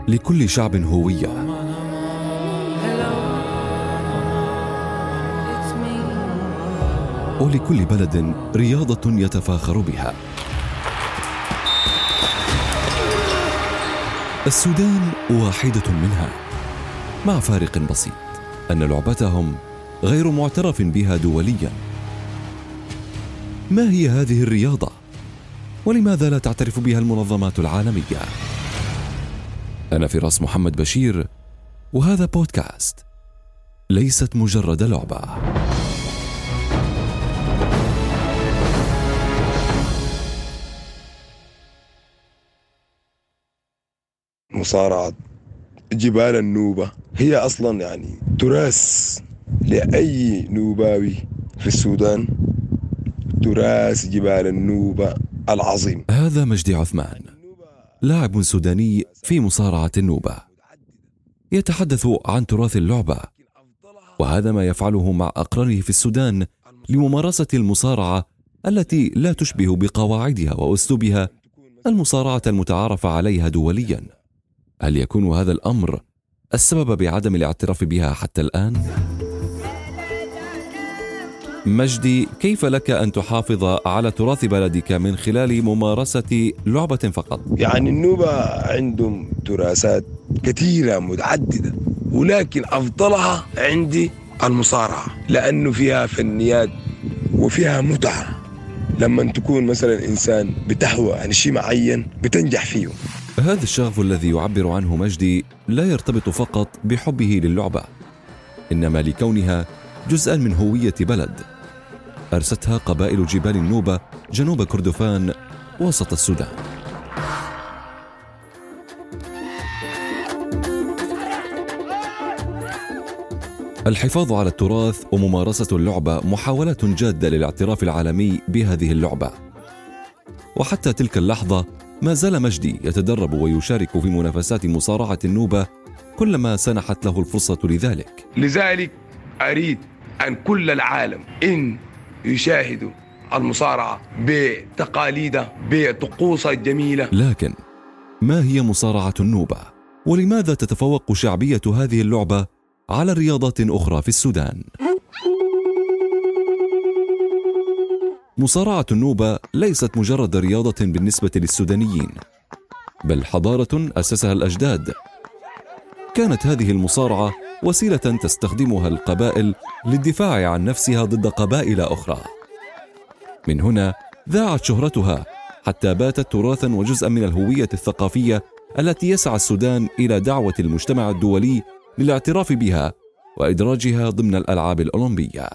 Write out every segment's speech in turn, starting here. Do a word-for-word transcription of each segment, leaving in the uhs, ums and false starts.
لكل شعب هوية، ولكل بلد رياضة يتفاخر بها. السودان واحدة منها، مع فارق بسيط أن لعبتهم غير معترف بها دوليا. ما هي هذه الرياضة؟ ولماذا لا تعترف بها المنظمات العالمية؟ أنا فراس محمد بشير، وهذا بودكاست ليست مجرد لعبة. مصارعة جبال النوبة هي أصلا يعني تراث لأي نوباوي في السودان، تراث جبال النوبة العظيم. هذا مجدي عثمان، لاعب سوداني في مصارعة النوبة، يتحدث عن تراث اللعبة، وهذا ما يفعله مع أقرانه في السودان لممارسة المصارعة التي لا تشبه بقواعدها وأسلوبها المصارعة المتعارف عليها دوليا. هل يكون هذا الأمر السبب بعدم الاعتراف بها حتى الآن؟ مجدي، كيف لك أن تحافظ على تراث بلدك من خلال ممارسة لعبة فقط؟ يعني النوبة عندهم تراثات كثيرة متعددة، ولكن أفضلها عندي المصارعة، لأنه فيها فنيات وفيها متعة. لما تكون مثلا إنسان بتحوى عن شيء معين بتنجح فيه. هذا الشغف الذي يعبر عنه مجدي لا يرتبط فقط بحبه للعبة، إنما لكونها جزءاً من هوية بلد أرستها قبائل جبال النوبة جنوب كردفان وسط السودان. الحفاظ على التراث وممارسة اللعبة محاولة جادة للاعتراف العالمي بهذه اللعبة، وحتى تلك اللحظة ما زال مجدي يتدرب ويشارك في منافسات مصارعة النوبة كلما سنحت له الفرصة لذلك. لذلك أريد أن كل العالم إن يشاهدوا المصارعة بتقاليدها بطقوسها الجميلة. لكن ما هي مصارعة النوبة؟ ولماذا تتفوق شعبية هذه اللعبة على رياضات أخرى في السودان؟ مصارعة النوبة ليست مجرد رياضة بالنسبة للسودانيين، بل حضارة أسسها الأجداد. كانت هذه المصارعة وسيلة تستخدمها القبائل للدفاع عن نفسها ضد قبائل أخرى. من هنا ذاعت شهرتها حتى باتت تراثاً وجزءاً من الهوية الثقافية التي يسعى السودان إلى دعوة المجتمع الدولي للاعتراف بها وإدراجها ضمن الألعاب الأولمبية.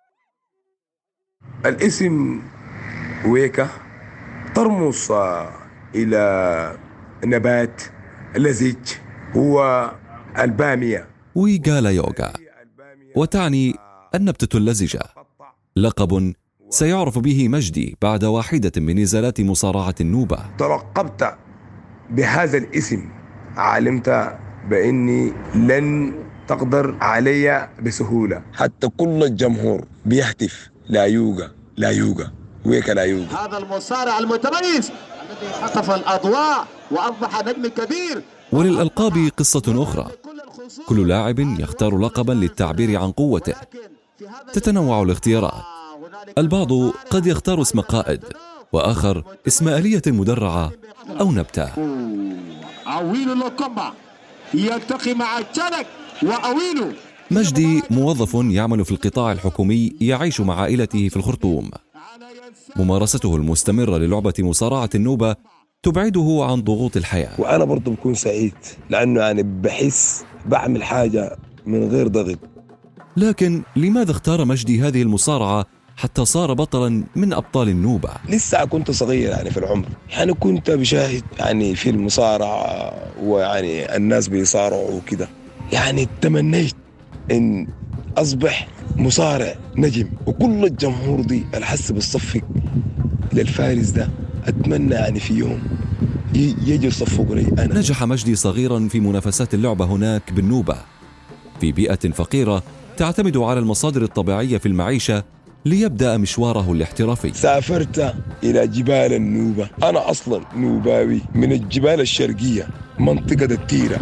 الاسم ويكا ترمز إلى نبات لزج هو البامية، ويغالا يوغا، وتعني النبتة اللزجة، لقب سيعرف به مجدي بعد واحدة من نزالات مصارعة النوبة. ترقبت بهذا الاسم، علمت بأني لن تقدر علي بسهولة. حتى كل الجمهور بيهتف لا يوغا لا يوغا ويكا لا يوغا. هذا المصارع المتميز الذي خطف الأضواء وأصبح نجم كبير. وللألقاب قصة أخرى، كل لاعب يختار لقبا للتعبير عن قوته. تتنوع الاختيارات، البعض قد يختار اسم قائد، وآخر اسم آلية مدرعة أو نبتة. أويلو لوكومبا يلتقي مع تشانك وأويلو. مجدي موظف يعمل في القطاع الحكومي، يعيش مع عائلته في الخرطوم. ممارسته المستمرة للعبة مصارعة النوبة تبعده عن ضغوط الحياة. وأنا برضو بكون سعيد لأنه يعني بحس بعمل حاجة من غير ضغط. لكن لماذا اختار مجدي هذه المصارعة حتى صار بطلا من أبطال النوبة؟ لسه كنت صغير يعني في العمر، يعني كنت بشاهد يعني في المصارعة ويعني الناس بيصارعوا وكده، يعني تمنيت إن أصبح مصارع نجم، وكل الجمهور دي الحس بالصفق للفارس ده أتمنى يعني في يوم يجي يصفقوا لي أنا. نجح مجدي صغيرا في منافسات اللعبة هناك بالنوبة، في بيئة فقيرة تعتمد على المصادر الطبيعية في المعيشة ليبدأ مشواره الاحترافي. سافرت إلى جبال النوبة. أنا أصلا نوباوي من الجبال الشرقية، منطقة التيرة.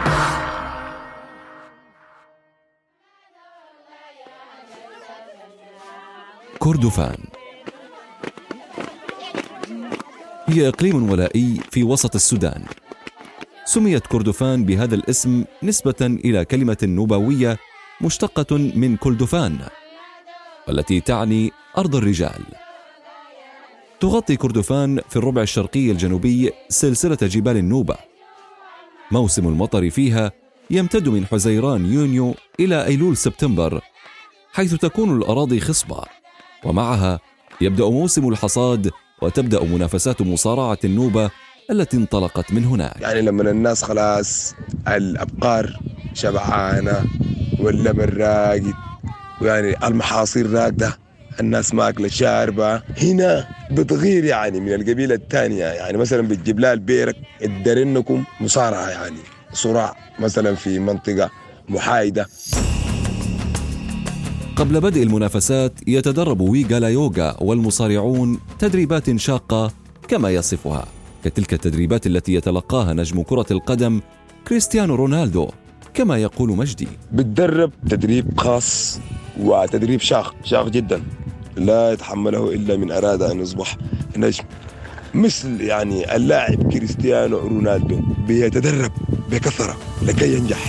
كردفان هي إقليم ولائي في وسط السودان. سميت كردفان بهذا الاسم نسبة إلى كلمة نوباوية مشتقة من كلدفان، والتي تعني أرض الرجال. تغطي كردفان في الربع الشرقي الجنوبي سلسلة جبال النوبة. موسم المطر فيها يمتد من حزيران يونيو إلى أيلول سبتمبر، حيث تكون الأراضي خصبة، ومعها يبدأ موسم الحصاد وتبدأ منافسات مصارعة النوبة التي انطلقت من هناك. يعني لما الناس خلاص الأبقار شبعانة واللبن راقد ويعني المحاصيل راقدة، الناس ماكلة شاربة، هنا بتغير يعني من القبيلة الثانية. يعني مثلا بتجيب لها البيرك الدرنكم مصارعة، يعني صراع مثلا في منطقة محايدة. قبل بدء المنافسات يتدرب ويغالا يوغا والمصارعون تدريبات شاقة كما يصفها، كتلك التدريبات التي يتلقاها نجم كرة القدم كريستيانو رونالدو. كما يقول مجدي: بتدرب تدريب خاص وتدريب شاق شاق جدا، لا يتحمله إلا من أراد أن يصبح نجم مثل يعني اللاعب كريستيانو رونالدو. بيتدرب بكثرة لكي ينجح.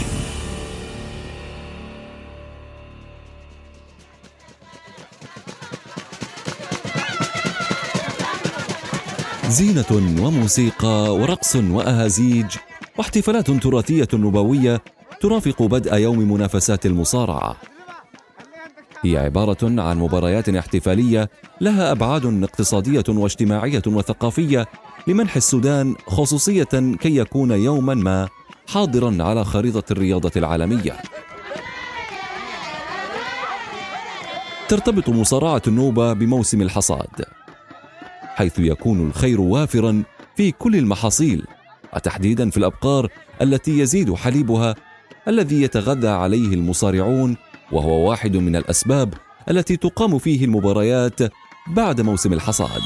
زينة وموسيقى ورقص وأهازيج واحتفالات تراثية نوبوية ترافق بدء يوم منافسات المصارعة. هي عبارة عن مباريات احتفالية لها أبعاد اقتصادية واجتماعية وثقافية لمنح السودان خصوصية كي يكون يوما ما حاضرا على خريطة الرياضة العالمية. ترتبط مصارعة النوبة بموسم الحصاد، حيث يكون الخير وافرا في كل المحاصيل، وتحديدا في الأبقار التي يزيد حليبها الذي يتغذى عليه المصارعون، وهو واحد من الأسباب التي تقام فيه المباريات بعد موسم الحصاد.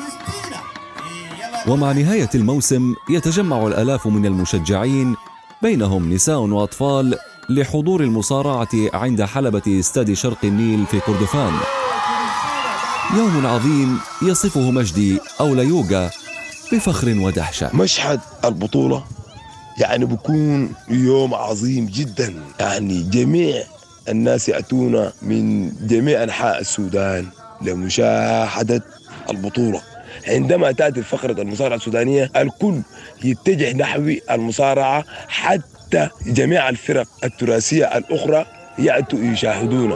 ومع نهاية الموسم يتجمع الآلاف من المشجعين، بينهم نساء وأطفال، لحضور المصارعة عند حلبة استاد شرق النيل في كردفان. يوم عظيم يصفه مجدي أو ليوغا بفخر ودهشة. مشهد البطولة يعني بيكون يوم عظيم جدا، يعني جميع الناس يأتون من جميع أنحاء السودان لمشاهدة البطولة. عندما تأتي فقرة المصارعة السودانية الكل يتجه نحو المصارعة، حتى جميع الفرق التراثية الأخرى يأتوا يشاهدون.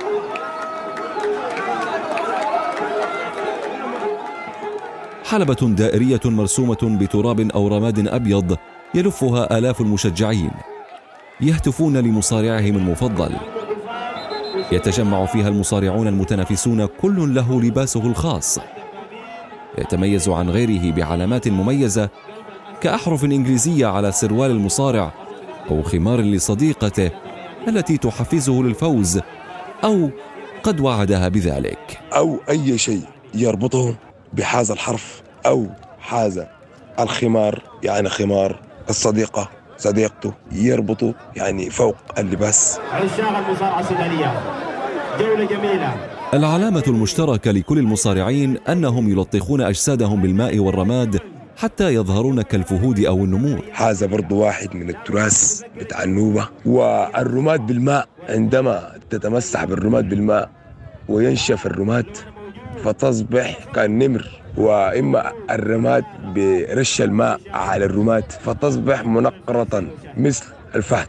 حلبة دائرية مرسومة بتراب أو رماد أبيض يلفها آلاف المشجعين يهتفون لمصارعهم المفضل. يتجمع فيها المصارعون المتنافسون كل له لباسه الخاص، يتميز عن غيره بعلامات مميزة كأحرف إنجليزية على سروال المصارع، أو خمار لصديقته التي تحفزه للفوز أو قد وعدها بذلك، أو أي شيء يربطه بهذا الحرف أو هذا الخمار، يعني خمار الصديقة صديقته يربطه يعني فوق اللباس. عشاق المصارعة السودانية، جولة جميلة. العلامة المشتركة لكل المصارعين أنهم يلطخون أجسادهم بالماء والرماد حتى يظهرون كالفهود أو النمور. هذا برضو واحد من التراث بتاع النوبة. والرماد بالماء، عندما تتمسح بالرماد بالماء وينشف الرماد فتصبح كالنمر، وإما الرماد برش الماء على الرماد فتصبح منقرة مثل الفهد.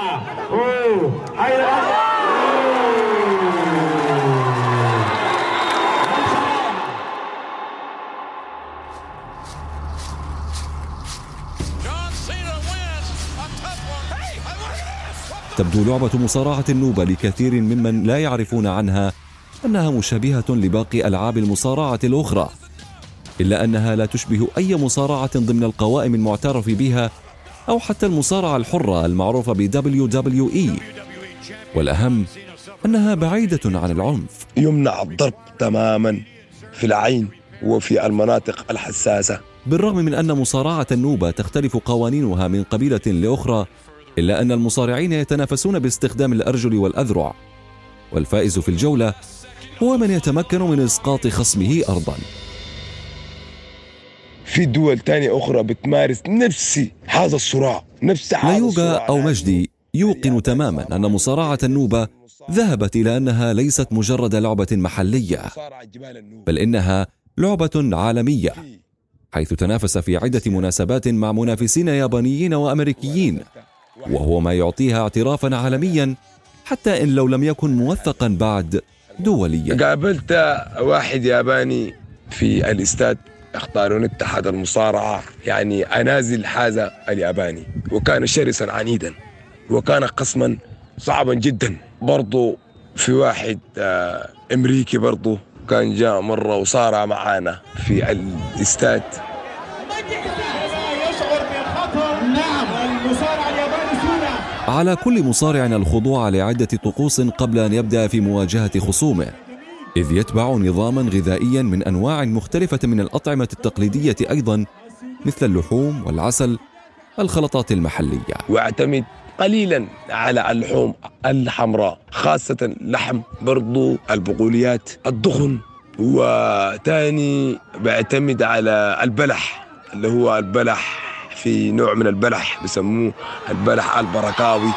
تبدو لعبة مصارعة النوبة لكثير ممن لا يعرفون عنها أنها مشابهة لباقي ألعاب المصارعة الأخرى، إلا أنها لا تشبه أي مصارعة ضمن القوائم المعترف بها أو حتى المصارعة الحرة المعروفة ب دبليو دبليو إي. والأهم أنها بعيدة عن العنف. يمنع الضرب تماما في العين وفي المناطق الحساسة. بالرغم من أن مصارعة النوبة تختلف قوانينها من قبيلة لأخرى، إلا أن المصارعين يتنافسون باستخدام الأرجل والأذرع، والفائز في الجولة هو من يتمكن من إسقاط خصمه أرضاً. في دول تانية أخرى بتمارس نفس هذا الصراع، نفس هذا لايوغا الصراع. أو مجدي يوقن تماماً أن مصارعة النوبة ذهبت إلى أنها ليست مجرد لعبة محلية، بل إنها لعبة عالمية، حيث تنافس في عدة مناسبات مع منافسين يابانيين وأمريكيين، وهو ما يعطيها اعترافاً عالمياً حتى إن لو لم يكن موثقاً بعد دولياً. قابلت واحد ياباني في الاستاد، اختارون اتحاد المصارعة، يعني أنازل هذا الياباني، وكان شرساً عنيداً وكان قسماً صعباً جداً. برضو في واحد آه أمريكي برضو كان جاء مرة وصارع معانا في الاستاد. على كل مصارع الخضوع لعدة طقوس قبل أن يبدأ في مواجهة خصومه، إذ يتبع نظاماً غذائياً من أنواع مختلفة من الأطعمة التقليدية أيضاً، مثل اللحوم والعسل والخلطات المحلية، واعتمد قليلاً على اللحوم الحمراء، خاصة لحم برضو البقوليات الدخن، وتاني بعتمد على البلح اللي هو البلح، في نوع من البلح بسموه البلح البركاوي.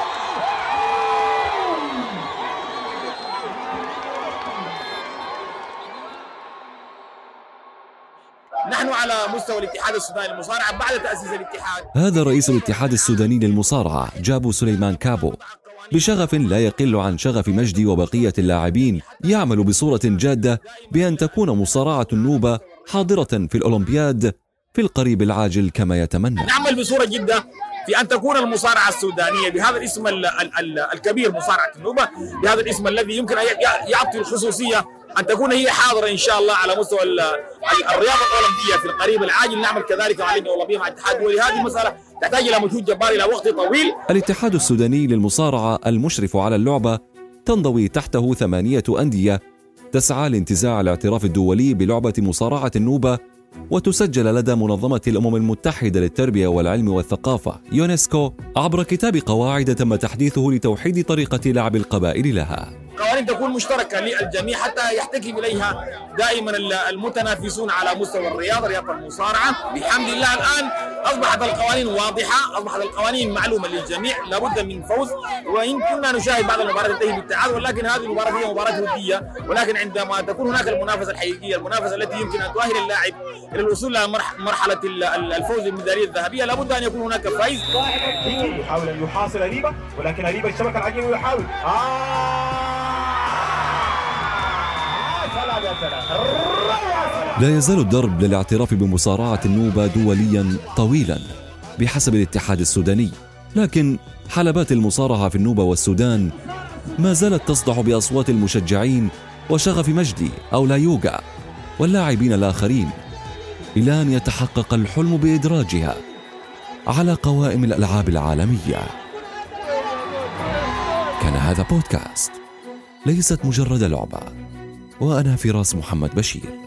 نحن على مستوى الاتحاد السوداني للمصارعة بعد تأسيس الاتحاد. هذا رئيس الاتحاد السوداني للمصارعة جابو سليمان كابو، بشغف لا يقل عن شغف مجدي وبقية اللاعبين، يعمل بصورة جادة بأن تكون مصارعة النوبة حاضرة في الأولمبياد في القريب العاجل كما يتمنى. نعمل بصورة جدة في أن تكون المصارعة السودانية بهذا الاسم الكبير، مصارعة النوبة، بهذا الاسم الذي يمكن أن يعطي الخصوصية أن تكون هي حاضرة إن شاء الله على مستوى الرياضة الأولمبية في القريب العاجل. نعمل كذلك مع اللجنة الأولمبية مع الاتحاد، ولهذه المسألة تحتاج إلى مجهود جبار إلى وقت طويل. الاتحاد السوداني للمصارعة المشرف على اللعبة تنضوي تحته ثمانية أندية تسعى لانتزاع الاعتراف الدولي بلعبة مصارعة النوبة، وتسجل لدى منظمة الأمم المتحدة للتربية والعلم والثقافة يونسكو عبر كتاب قواعد تم تحديثه لتوحيد طريقة لعب القبائل لها. قوانين تكون مشتركة للجميع حتى يحتكم إليها دائما المتنافسون على مستوى الرياضة، رياضة المصارعة. بحمد الله الآن أصبحت القوانين واضحة، أصبحت القوانين معلومة للجميع، لابد من فوز. وإن كنا نشاهد بعض المباريات تنتهي بالتعادل، ولكن هذه المباراة هي مباراة ودية، ولكن عندما تكون هناك المنافسة الحقيقية، المنافسة التي يمكن أن تؤهل اللاعب إلى الوصول إلى مرحلة الفوز بالميدالية الذهبية، لابد أن يكون هناك فائز. يحاول أن يحاصر أريبة، ولكن أريبة الشبكة العجيبة يحاول آه لا يزال الدرب للاعتراف بمصارعة النوبة دوليا طويلا بحسب الاتحاد السوداني، لكن حلبات المصارعة في النوبة والسودان ما زالت تصدح بأصوات المشجعين وشغف مجدي أو لايوغا واللاعبين الآخرين، إلى أن يتحقق الحلم بإدراجها على قوائم الألعاب العالمية. كان هذا بودكاست ليست مجرد لعبة، وأنا فراس محمد بشير.